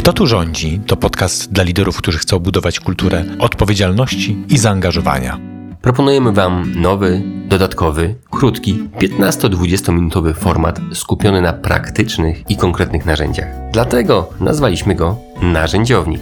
Kto tu rządzi? To podcast dla liderów, którzy chcą budować kulturę odpowiedzialności i zaangażowania. Proponujemy Wam nowy, dodatkowy, krótki, 15-20 minutowy format skupiony na praktycznych i konkretnych narzędziach. Dlatego nazwaliśmy go Narzędziownik.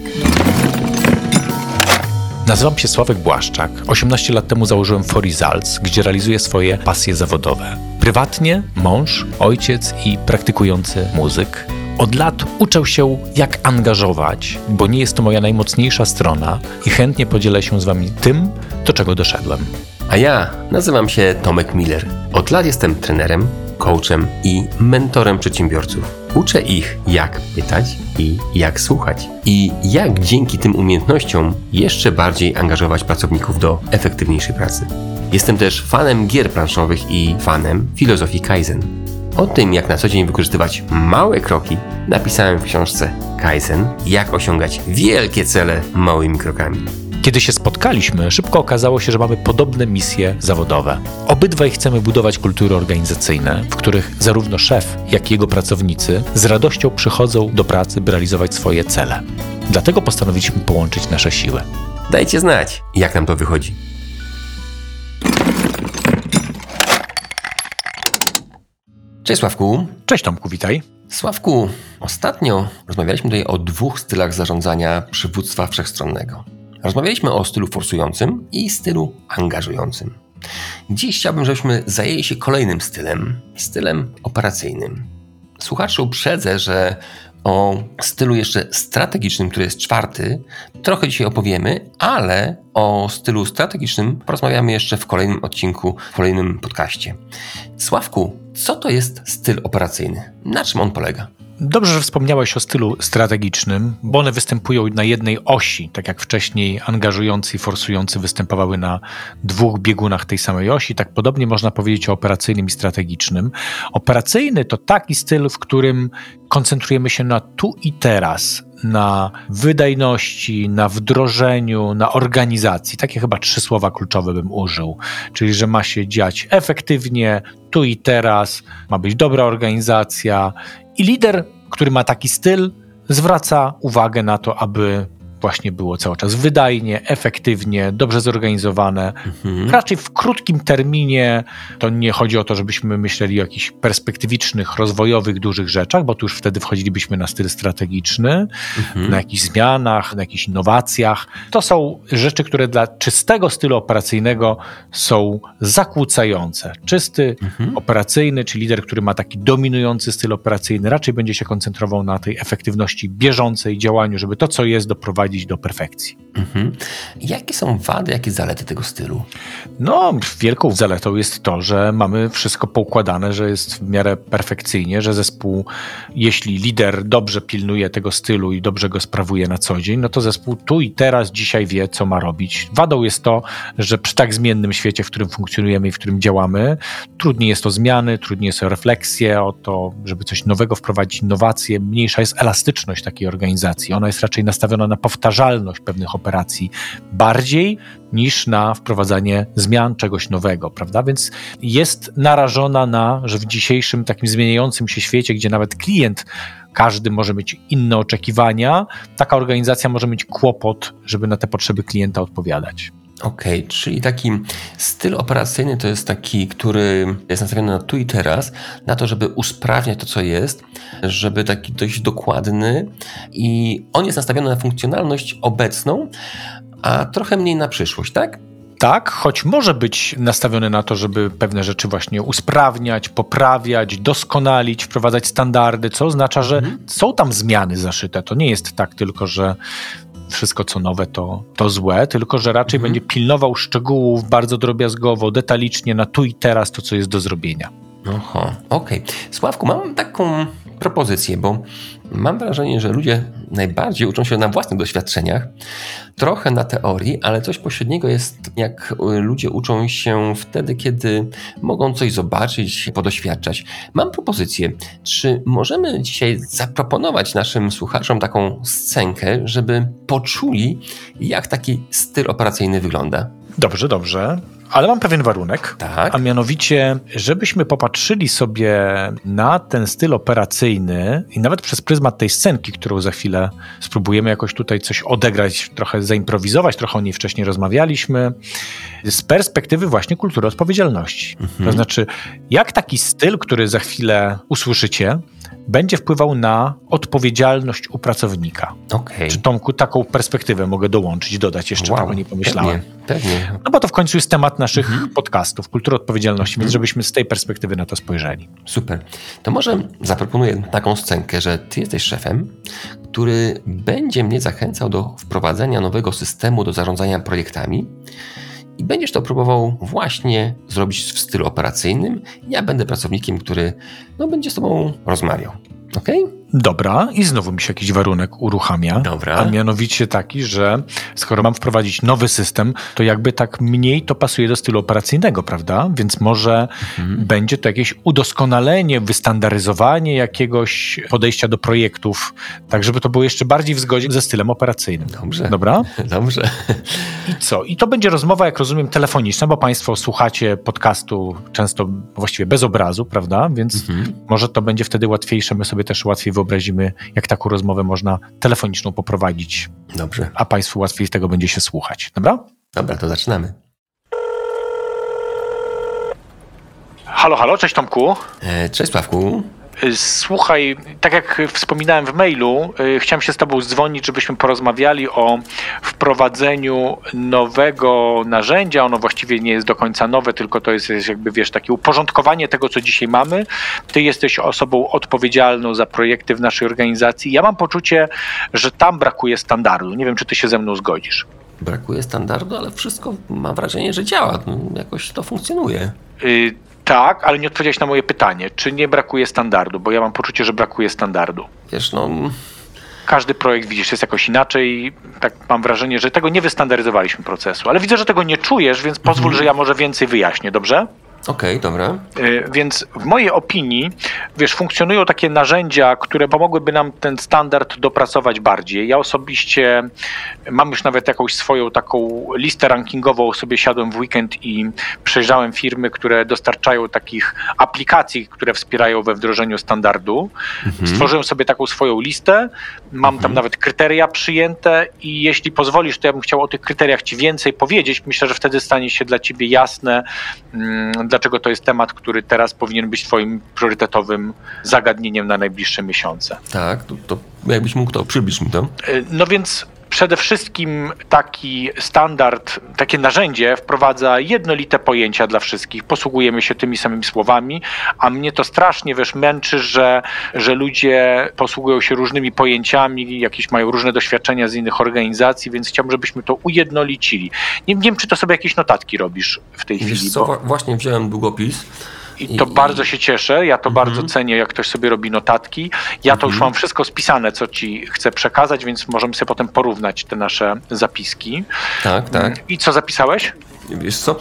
Nazywam się Sławek Błaszczak. 18 lat temu założyłem For Results, gdzie realizuję swoje pasje zawodowe. Prywatnie mąż, ojciec i praktykujący muzyk. Od lat uczę się, jak angażować, bo nie jest to moja najmocniejsza strona i chętnie podzielę się z Wami tym, do czego doszedłem. A ja nazywam się Tomek Miller. Od lat jestem trenerem, coachem i mentorem przedsiębiorców. Uczę ich, jak pytać i jak słuchać. I jak dzięki tym umiejętnościom jeszcze bardziej angażować pracowników do efektywniejszej pracy. Jestem też fanem gier planszowych i fanem filozofii Kaizen. O tym, jak na co dzień wykorzystywać małe kroki, napisałem w książce Kaizen, jak osiągać wielkie cele małymi krokami. Kiedy się spotkaliśmy, szybko okazało się, że mamy podobne misje zawodowe. Obydwaj chcemy budować kultury organizacyjne, w których zarówno szef, jak i jego pracownicy z radością przychodzą do pracy, by realizować swoje cele. Dlatego postanowiliśmy połączyć nasze siły. Dajcie znać, jak nam to wychodzi. Cześć Sławku. Cześć Tomku, witaj. Sławku, ostatnio rozmawialiśmy tutaj o 2 stylach zarządzania przywództwa wszechstronnego. Rozmawialiśmy o stylu forsującym i stylu angażującym. Dziś chciałbym, żebyśmy zajęli się kolejnym stylem operacyjnym. Słuchaczy uprzedzę, że o stylu jeszcze strategicznym, który jest 4, trochę dzisiaj opowiemy, ale o stylu strategicznym porozmawiamy jeszcze w kolejnym odcinku, w kolejnym podcaście. Sławku, co to jest styl operacyjny? Na czym on polega? Dobrze, że wspomniałeś o stylu strategicznym, bo one występują na jednej osi, tak jak wcześniej angażujący i forsujący występowały na 2 biegunach tej samej osi, tak podobnie można powiedzieć o operacyjnym i strategicznym. Operacyjny to taki styl, w którym koncentrujemy się na tu i teraz, na wydajności, na wdrożeniu, na organizacji. Takie chyba 3 słowa kluczowe bym użył. Czyli, że ma się dziać efektywnie, tu i teraz, ma być dobra organizacja i lider, który ma taki styl, zwraca uwagę na to, aby właśnie było cały czas wydajnie, efektywnie, dobrze zorganizowane. Raczej w krótkim terminie to nie chodzi o to, żebyśmy myśleli o jakichś perspektywicznych, rozwojowych, dużych rzeczach, bo tu już wtedy wchodzilibyśmy na styl strategiczny, na jakichś zmianach, na jakichś innowacjach. To są rzeczy, które dla czystego stylu operacyjnego są zakłócające. Czysty, operacyjny, czy lider, który ma taki dominujący styl operacyjny, raczej będzie się koncentrował na tej efektywności bieżącej działaniu, żeby to, co jest, doprowadzić do perfekcji. Jakie są wady, jakie zalety tego stylu? No, wielką zaletą jest to, że mamy wszystko poukładane, że jest w miarę perfekcyjnie, że zespół, jeśli lider dobrze pilnuje tego stylu i dobrze go sprawuje na co dzień, no to zespół tu i teraz, dzisiaj wie, co ma robić. Wadą jest to, że przy tak zmiennym świecie, w którym funkcjonujemy i w którym działamy, trudniej jest o zmiany, trudniej jest o refleksję, o to, żeby coś nowego wprowadzić, innowacje, mniejsza jest elastyczność takiej organizacji. Ona jest raczej nastawiona na powtarzalność pewnych operacji bardziej niż na wprowadzanie zmian, czegoś nowego, prawda? Więc jest narażona na, że w dzisiejszym takim zmieniającym się świecie, gdzie nawet klient, każdy może mieć inne oczekiwania, taka organizacja może mieć kłopot, żeby na te potrzeby klienta odpowiadać. Okej, czyli taki styl operacyjny to jest taki, który jest nastawiony na tu i teraz, na to, żeby usprawniać to, co jest, żeby taki dość dokładny i on jest nastawiony na funkcjonalność obecną, a trochę mniej na przyszłość, tak? Tak, choć może być nastawiony na to, żeby pewne rzeczy właśnie usprawniać, poprawiać, doskonalić, wprowadzać standardy, co oznacza, że są tam zmiany zaszyte. To nie jest tak tylko, że wszystko co nowe to złe, tylko że raczej będzie pilnował szczegółów bardzo drobiazgowo, detalicznie na tu i teraz to, co jest do zrobienia. Okej. Sławku, mam taką propozycję, bo mam wrażenie, że ludzie najbardziej uczą się na własnych doświadczeniach, trochę na teorii, ale coś pośredniego jest, jak ludzie uczą się wtedy, kiedy mogą coś zobaczyć, podoświadczać. Mam propozycję, czy możemy dzisiaj zaproponować naszym słuchaczom taką scenkę, żeby poczuli, jak taki styl operacyjny wygląda? Dobrze. Ale mam pewien warunek, Tak. a mianowicie, żebyśmy popatrzyli sobie na ten styl operacyjny i nawet przez pryzmat tej scenki, którą za chwilę spróbujemy jakoś tutaj coś odegrać, trochę zaimprowizować, trochę o niej wcześniej rozmawialiśmy, z perspektywy właśnie kultury odpowiedzialności. To znaczy, jak taki styl, który za chwilę usłyszycie, będzie wpływał na odpowiedzialność u pracownika. Okej. Czy Tomku, taką perspektywę mogę dołączyć, dodać jeszcze, Wow, tego nie pomyślałem. Pewnie. No bo to w końcu jest temat naszych podcastów, kultury odpowiedzialności, więc żebyśmy z tej perspektywy na to spojrzeli. Super. To może zaproponuję taką scenkę, że ty jesteś szefem, który będzie mnie zachęcał do wprowadzenia nowego systemu do zarządzania projektami i będziesz to próbował właśnie zrobić w stylu operacyjnym. Ja będę pracownikiem, który będzie z tobą rozmawiał. Okej? Dobra, i znowu mi się jakiś warunek uruchamia. Dobra. A mianowicie taki, że skoro mam wprowadzić nowy system, to jakby tak mniej to pasuje do stylu operacyjnego, prawda? Więc może będzie to jakieś udoskonalenie, wystandaryzowanie jakiegoś podejścia do projektów, tak żeby to było jeszcze bardziej w zgodzie ze stylem operacyjnym. Dobrze. Dobra? Dobrze. I co? I to będzie rozmowa, jak rozumiem, telefoniczna, bo państwo słuchacie podcastu często właściwie bez obrazu, prawda? Więc może to będzie wtedy łatwiejsze. My sobie też łatwiej wyobrazimy, jak taką rozmowę można telefoniczną poprowadzić, Dobrze. a państwu łatwiej z tego będzie się słuchać. Dobra? Dobra, to zaczynamy. Halo, halo, cześć Tomku. Cześć Sławku. Słuchaj, tak jak wspominałem w mailu, chciałem się z tobą dzwonić, żebyśmy porozmawiali o wprowadzeniu nowego narzędzia. Ono właściwie nie jest do końca nowe, tylko to jest jakby, wiesz, takie uporządkowanie tego, co dzisiaj mamy. Ty jesteś osobą odpowiedzialną za projekty w naszej organizacji. Ja mam poczucie, że tam brakuje standardu. Nie wiem, czy ty się ze mną zgodzisz. Brakuje standardu, ale wszystko mam wrażenie, że działa. Jakoś to funkcjonuje. Tak, ale nie odpowiedziałeś na moje pytanie. Czy nie brakuje standardu? Bo ja mam poczucie, że brakuje standardu. Wiesz, Każdy projekt, widzisz, jest jakoś inaczej. Tak mam wrażenie, że tego nie wystandaryzowaliśmy procesu. Ale widzę, że tego nie czujesz, więc pozwól, że ja może więcej wyjaśnię, dobrze? Okej, dobra. Więc w mojej opinii, wiesz, funkcjonują takie narzędzia, które pomogłyby nam ten standard dopracować bardziej. Ja osobiście mam już nawet jakąś swoją taką listę rankingową, sobie siadłem w weekend i przejrzałem firmy, które dostarczają takich aplikacji, które wspierają we wdrożeniu standardu. Stworzyłem sobie taką swoją listę, mam tam nawet kryteria przyjęte i jeśli pozwolisz, to ja bym chciał o tych kryteriach ci więcej powiedzieć. Myślę, że wtedy stanie się dla ciebie jasne, dlaczego to jest temat, który teraz powinien być twoim priorytetowym zagadnieniem na najbliższe miesiące. Tak, to jakbyś mógł to, przybliż mi to. No więc przede wszystkim taki standard, takie narzędzie wprowadza jednolite pojęcia dla wszystkich. Posługujemy się tymi samymi słowami, a mnie to strasznie, wiesz, męczy, że ludzie posługują się różnymi pojęciami, jakieś mają różne doświadczenia z innych organizacji, więc chciałbym, żebyśmy to ujednolicili. Nie wiem, czy to sobie jakieś notatki robisz w tej chwili. Wiesz co, właśnie wziąłem długopis. I to bardzo się cieszę, ja to bardzo cenię, jak ktoś sobie robi notatki. Ja to już mam wszystko spisane, co ci chcę przekazać, więc możemy sobie potem porównać te nasze zapiski. Tak, tak. I co zapisałeś? Wiesz co,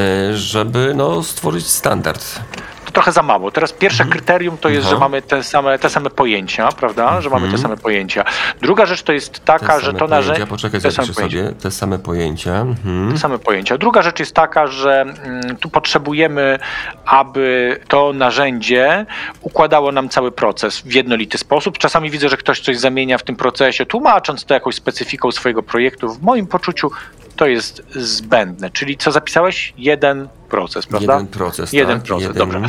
żeby stworzyć standard. To trochę za mało. Teraz pierwsze kryterium to jest, że mamy te same pojęcia, prawda? Że mamy te same pojęcia. Druga rzecz to jest taka, że to narzędzie... Poczekaj, zapiszę sobie te same pojęcia. Te same pojęcia. Druga rzecz jest taka, że tu potrzebujemy, aby to narzędzie układało nam cały proces w jednolity sposób. Czasami widzę, że ktoś coś zamienia w tym procesie, tłumacząc to jakąś specyfiką swojego projektu. W moim poczuciu to jest zbędne. Czyli co zapisałeś? Jeden proces, prawda? Jeden proces, Jeden proces, dobrze.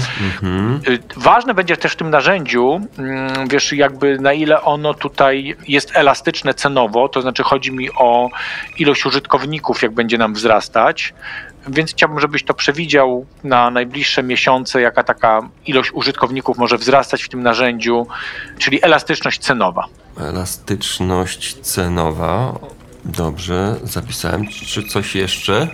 Ważne będzie też w tym narzędziu, wiesz, jakby na ile ono tutaj jest elastyczne cenowo, to znaczy chodzi mi o ilość użytkowników, jak będzie nam wzrastać, więc chciałbym, żebyś to przewidział na najbliższe miesiące, jaka taka ilość użytkowników może wzrastać w tym narzędziu, czyli elastyczność cenowa. Elastyczność cenowa. Dobrze, zapisałem. Czy coś jeszcze?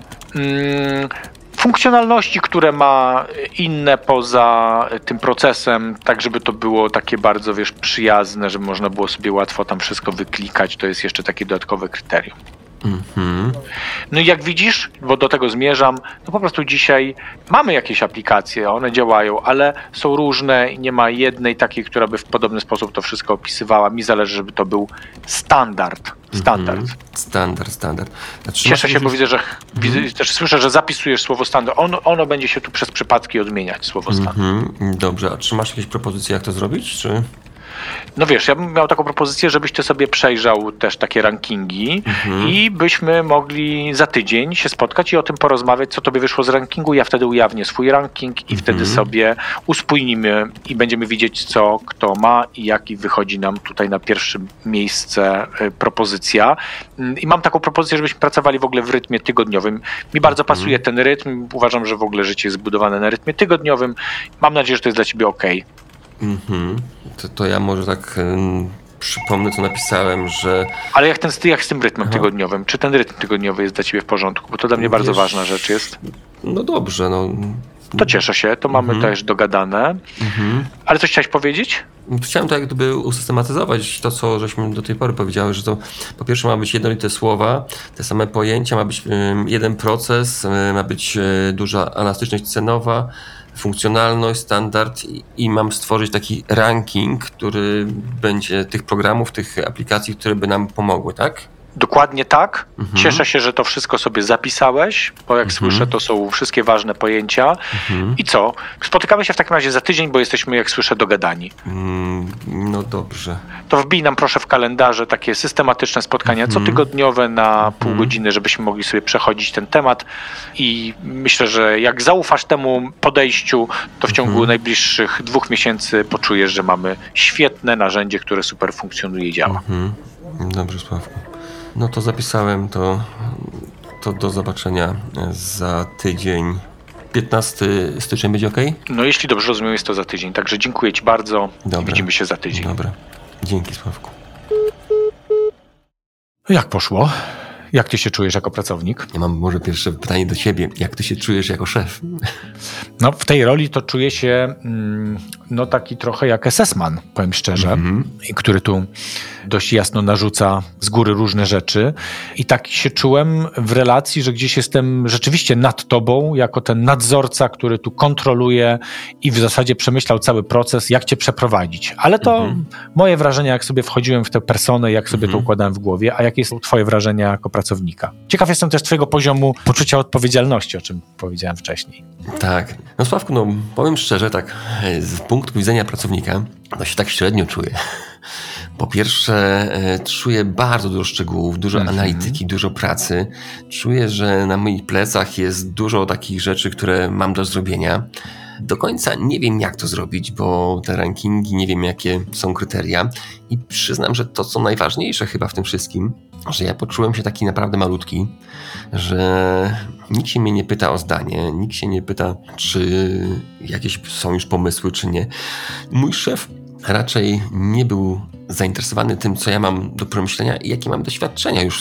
Funkcjonalności, które ma inne poza tym procesem, tak żeby to było takie bardzo, wiesz, przyjazne, żeby można było sobie łatwo tam wszystko wyklikać, to jest jeszcze takie dodatkowe kryterium. No i jak widzisz, bo do tego zmierzam, no po prostu dzisiaj mamy jakieś aplikacje, one działają, ale są różne i nie ma jednej takiej, która by w podobny sposób to wszystko opisywała. Mi zależy, żeby to był standard. Standard. Standard. Cieszę się, bo widzę, że też słyszę, że zapisujesz słowo standard. Ono będzie się tu przez przypadki odmieniać, słowo standard. Dobrze, a czy masz jakieś propozycje, jak to zrobić, czy... No wiesz, ja bym miał taką propozycję, żebyś ty sobie przejrzał też takie rankingi i byśmy mogli za tydzień się spotkać i o tym porozmawiać, co tobie wyszło z rankingu. Ja wtedy ujawnię swój ranking i wtedy sobie uspójnimy i będziemy widzieć, co kto ma i jaki wychodzi nam tutaj na pierwsze miejsce propozycja. I mam taką propozycję, żebyśmy pracowali w ogóle w rytmie tygodniowym. Mi bardzo pasuje ten rytm. Uważam, że w ogóle życie jest zbudowane na rytmie tygodniowym. Mam nadzieję, że to jest dla ciebie okej. To ja może tak przypomnę, co napisałem, że... Ale jak z tym rytmem tygodniowym? Czy ten rytm tygodniowy jest dla ciebie w porządku? Bo to dla mnie bardzo ważna rzecz jest. No dobrze, no... To cieszę się, to mamy też dogadane. Ale coś chciałeś powiedzieć? Chciałem to jak gdyby usystematyzować to, co żeśmy do tej pory powiedziały, że to po pierwsze ma być jednolite słowa, te same pojęcia, ma być jeden proces, ma być duża elastyczność cenowa, funkcjonalność, standard i mam stworzyć taki ranking, który będzie tych programów, tych aplikacji, które by nam pomogły, tak? Dokładnie tak. Cieszę się, że to wszystko sobie zapisałeś, bo jak słyszę, to są wszystkie ważne pojęcia. I co? Spotykamy się w takim razie za tydzień, bo jesteśmy, jak słyszę, dogadani. No dobrze. To wbij nam proszę w kalendarze takie systematyczne spotkania cotygodniowe na pół godziny, żebyśmy mogli sobie przechodzić ten temat i myślę, że jak zaufasz temu podejściu, to w ciągu najbliższych 2 miesięcy poczujesz, że mamy świetne narzędzie, które super funkcjonuje i działa. Dobrze, Sławku. No to zapisałem, to do zobaczenia za tydzień. 15 stycznia będzie ok? No jeśli dobrze rozumiem, jest to za tydzień, także dziękuję ci bardzo. Dobra. Widzimy się za tydzień. Dobra, dzięki, Sławku. Jak poszło? Jak ty się czujesz jako pracownik? Ja mam może pierwsze pytanie do ciebie. Jak ty się czujesz jako szef? No w tej roli to czuję się taki trochę jak SS-man, powiem szczerze, który tu dość jasno narzuca z góry różne rzeczy. I tak się czułem w relacji, że gdzieś jestem rzeczywiście nad tobą, jako ten nadzorca, który tu kontroluje i w zasadzie przemyślał cały proces, jak cię przeprowadzić. Ale to moje wrażenia, jak sobie wchodziłem w tę personę, jak sobie to układałem w głowie, a jakie są twoje wrażenia jako pracownika? Ciekaw jestem też twojego poziomu poczucia odpowiedzialności, o czym powiedziałem wcześniej. Tak. No Sławku, powiem szczerze, tak z punktu widzenia pracownika, to się tak średnio czuję. Po pierwsze, czuję bardzo dużo szczegółów, dużo analityki, dużo pracy. Czuję, że na moich plecach jest dużo takich rzeczy, które mam do zrobienia. Do końca nie wiem, jak to zrobić, bo te rankingi, nie wiem, jakie są kryteria. I przyznam, że to, co najważniejsze chyba w tym wszystkim, że ja poczułem się taki naprawdę malutki, że nikt się mnie nie pyta o zdanie, nikt się nie pyta, czy jakieś są już pomysły, czy nie. Mój szef raczej nie był zainteresowany tym, co ja mam do przemyślenia i jakie mam doświadczenia już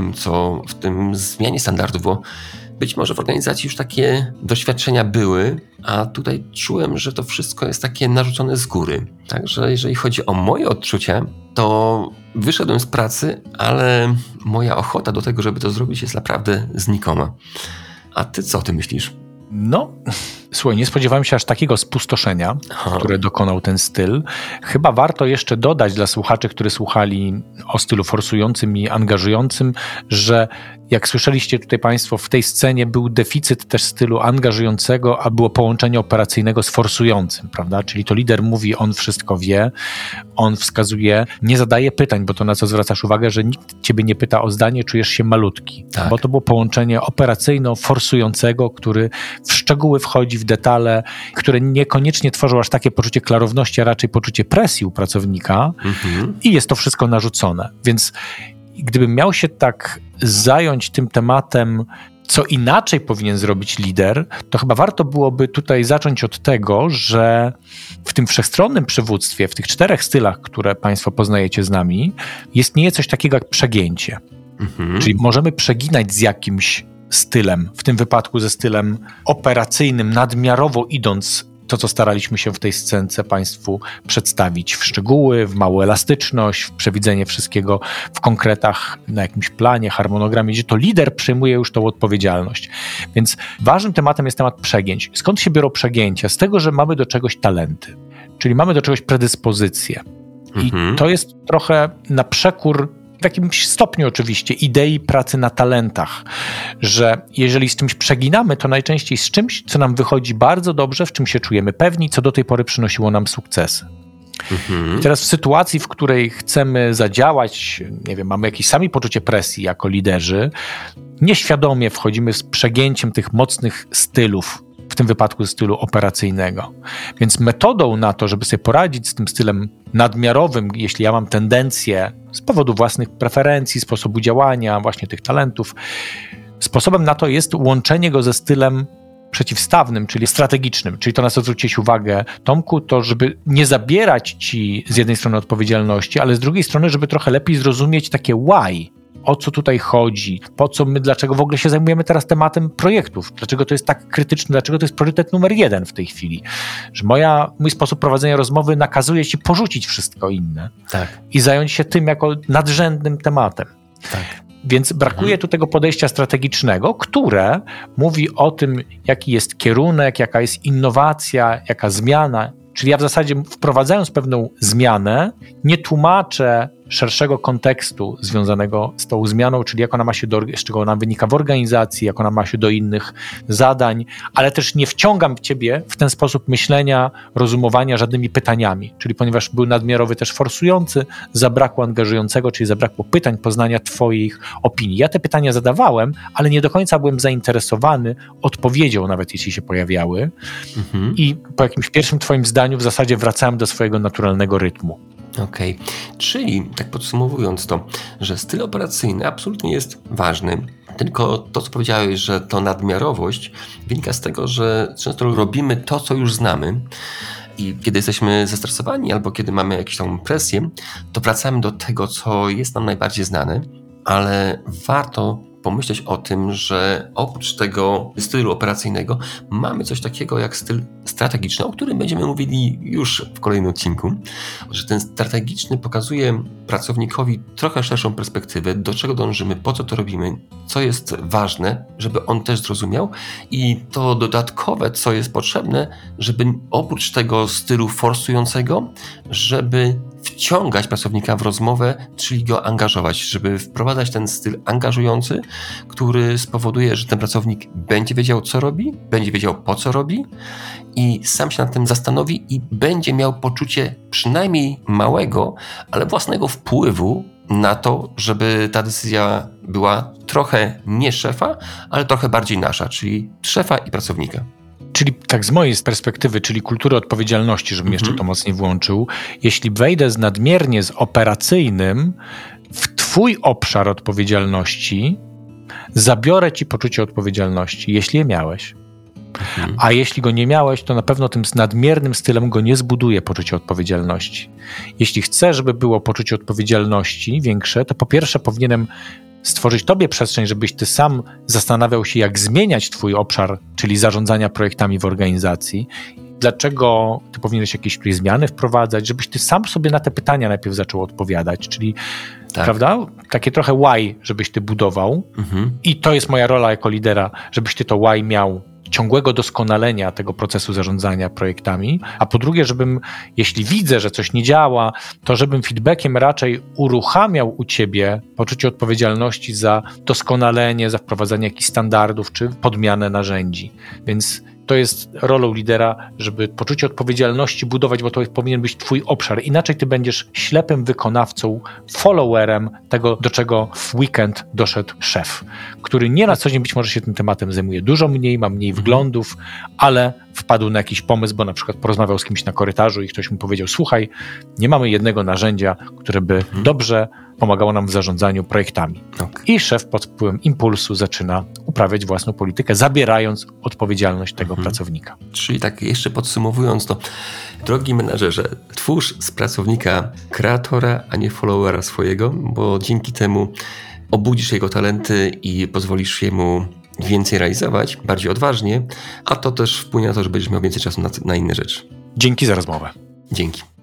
w tym zmianie standardów, bo być może w organizacji już takie doświadczenia były, a tutaj czułem, że to wszystko jest takie narzucone z góry. Także jeżeli chodzi o moje odczucia, to wyszedłem z pracy, ale moja ochota do tego, żeby to zrobić, jest naprawdę znikoma. A ty co ty myślisz? No, słuchaj, nie spodziewałem się aż takiego spustoszenia, które dokonał ten styl. Chyba warto jeszcze dodać dla słuchaczy, którzy słuchali o stylu forsującym i angażującym, że jak słyszeliście tutaj Państwo, w tej scenie był deficyt też stylu angażującego, a było połączenie operacyjnego z forsującym, prawda? Czyli to lider mówi, on wszystko wie, on wskazuje, nie zadaje pytań, bo to na co zwracasz uwagę, że nikt ciebie nie pyta o zdanie, czujesz się malutki. Tak. Bo to było połączenie operacyjno-forsującego, który w szczegóły wchodzi, w detale, które niekoniecznie tworzą aż takie poczucie klarowności, a raczej poczucie presji u pracownika i jest to wszystko narzucone. Więc gdybym miał się tak zająć tym tematem, co inaczej powinien zrobić lider, to chyba warto byłoby tutaj zacząć od tego, że w tym wszechstronnym przywództwie, w tych 4 stylach, które Państwo poznajecie z nami, istnieje coś takiego jak przegięcie. Czyli możemy przeginać z jakimś stylem, w tym wypadku ze stylem operacyjnym, nadmiarowo idąc to, co staraliśmy się w tej scence Państwu przedstawić w szczegóły, w małą elastyczność, w przewidzenie wszystkiego w konkretach, na jakimś planie, harmonogramie, gdzie to lider przejmuje już tą odpowiedzialność. Więc ważnym tematem jest temat przegięć. Skąd się biorą przegięcia? Z tego, że mamy do czegoś talenty, czyli mamy do czegoś predyspozycję. I to jest trochę na przekór w jakimś stopniu oczywiście idei pracy na talentach, że jeżeli z czymś przeginamy, to najczęściej z czymś, co nam wychodzi bardzo dobrze, w czym się czujemy pewni, co do tej pory przynosiło nam sukcesy. I teraz w sytuacji, w której chcemy zadziałać, nie wiem, mamy jakieś sami poczucie presji jako liderzy, nieświadomie wchodzimy z przegięciem tych mocnych stylów, w tym wypadku stylu operacyjnego. Więc metodą na to, żeby sobie poradzić z tym stylem nadmiarowym, jeśli ja mam tendencję z powodu własnych preferencji, sposobu działania, właśnie tych talentów, sposobem na to jest łączenie go ze stylem przeciwstawnym, czyli strategicznym. Czyli to, na co zwróciłeś uwagę, Tomku, to żeby nie zabierać ci z jednej strony odpowiedzialności, ale z drugiej strony, żeby trochę lepiej zrozumieć takie why, o co tutaj chodzi, po co my, dlaczego w ogóle się zajmujemy teraz tematem projektów, dlaczego to jest tak krytyczne, dlaczego to jest priorytet numer 1 w tej chwili, że mój sposób prowadzenia rozmowy nakazuje ci porzucić wszystko inne i zająć się tym jako nadrzędnym tematem. Więc brakuje tu tego podejścia strategicznego, które mówi o tym, jaki jest kierunek, jaka jest innowacja, jaka zmiana. Czyli ja w zasadzie wprowadzając pewną zmianę, nie tłumaczę szerszego kontekstu związanego z tą zmianą, czyli jak ona ma się z czego ona wynika w organizacji, jak ona ma się do innych zadań, ale też nie wciągam ciebie w ten sposób myślenia, rozumowania żadnymi pytaniami, czyli ponieważ był nadmiarowy też forsujący, zabrakło angażującego, czyli zabrakło pytań, poznania twoich opinii. Ja te pytania zadawałem, ale nie do końca byłem zainteresowany odpowiedzią, nawet jeśli się pojawiały i po jakimś pierwszym twoim zdaniu w zasadzie wracałem do swojego naturalnego rytmu. Okej. Czyli, tak podsumowując to, że styl operacyjny absolutnie jest ważny, tylko to, co powiedziałeś, że to nadmiarowość wynika z tego, że często robimy to, co już znamy i kiedy jesteśmy zestresowani albo kiedy mamy jakąś tam presję, to wracamy do tego, co jest nam najbardziej znane, ale warto pomyśleć o tym, że oprócz tego stylu operacyjnego mamy coś takiego jak styl strategiczny, o którym będziemy mówili już w kolejnym odcinku, że ten strategiczny pokazuje pracownikowi trochę szerszą perspektywę, do czego dążymy, po co to robimy, co jest ważne, żeby on też zrozumiał i to dodatkowe, co jest potrzebne, żeby oprócz tego stylu forsującego, żeby wciągać pracownika w rozmowę, czyli go angażować, żeby wprowadzać ten styl angażujący, który spowoduje, że ten pracownik będzie wiedział, co robi, będzie wiedział, po co robi i sam się nad tym zastanowi i będzie miał poczucie przynajmniej małego, ale własnego wpływu na to, żeby ta decyzja była trochę nie szefa, ale trochę bardziej nasza, czyli szefa i pracownika. Czyli tak z mojej perspektywy, czyli kultury odpowiedzialności, żebym jeszcze to mocniej włączył, jeśli wejdę nadmiernie z operacyjnym w twój obszar odpowiedzialności, zabiorę ci poczucie odpowiedzialności, jeśli je miałeś. A jeśli go nie miałeś, to na pewno tym nadmiernym stylem go nie zbuduje poczucie odpowiedzialności. Jeśli chcę, żeby było poczucie odpowiedzialności większe, to po pierwsze powinienem stworzyć tobie przestrzeń, żebyś ty sam zastanawiał się, jak zmieniać twój obszar, czyli zarządzania projektami w organizacji. Dlaczego ty powinieneś jakieś tutaj zmiany wprowadzać, żebyś ty sam sobie na te pytania najpierw zaczął odpowiadać, czyli prawda? Takie trochę why, żebyś ty budował i to jest moja rola jako lidera, żebyś ty to why miał ciągłego doskonalenia tego procesu zarządzania projektami, a po drugie, żebym, jeśli widzę, że coś nie działa, to żebym feedbackiem raczej uruchamiał u ciebie poczucie odpowiedzialności za doskonalenie, za wprowadzanie jakichś standardów czy podmianę narzędzi. Więc to jest rolą lidera, żeby poczucie odpowiedzialności budować, bo to powinien być twój obszar. Inaczej ty będziesz ślepym wykonawcą, followerem tego, do czego w weekend doszedł szef, który nie na co dzień być może się tym tematem zajmuje dużo mniej, ma mniej wglądów, ale wpadł na jakiś pomysł, bo na przykład porozmawiał z kimś na korytarzu i ktoś mu powiedział: słuchaj, nie mamy jednego narzędzia, które by dobrze pomagało nam w zarządzaniu projektami. I szef pod wpływem impulsu zaczyna uprawiać własną politykę, zabierając odpowiedzialność tego pracownika. Czyli tak jeszcze podsumowując to, drogi menadżerze, twórz z pracownika kreatora, a nie followera swojego, bo dzięki temu obudzisz jego talenty i pozwolisz jemu więcej realizować, bardziej odważnie, a to też wpłynie na to, że będziesz miał więcej czasu na inne rzeczy. Dzięki za rozmowę. Dzięki.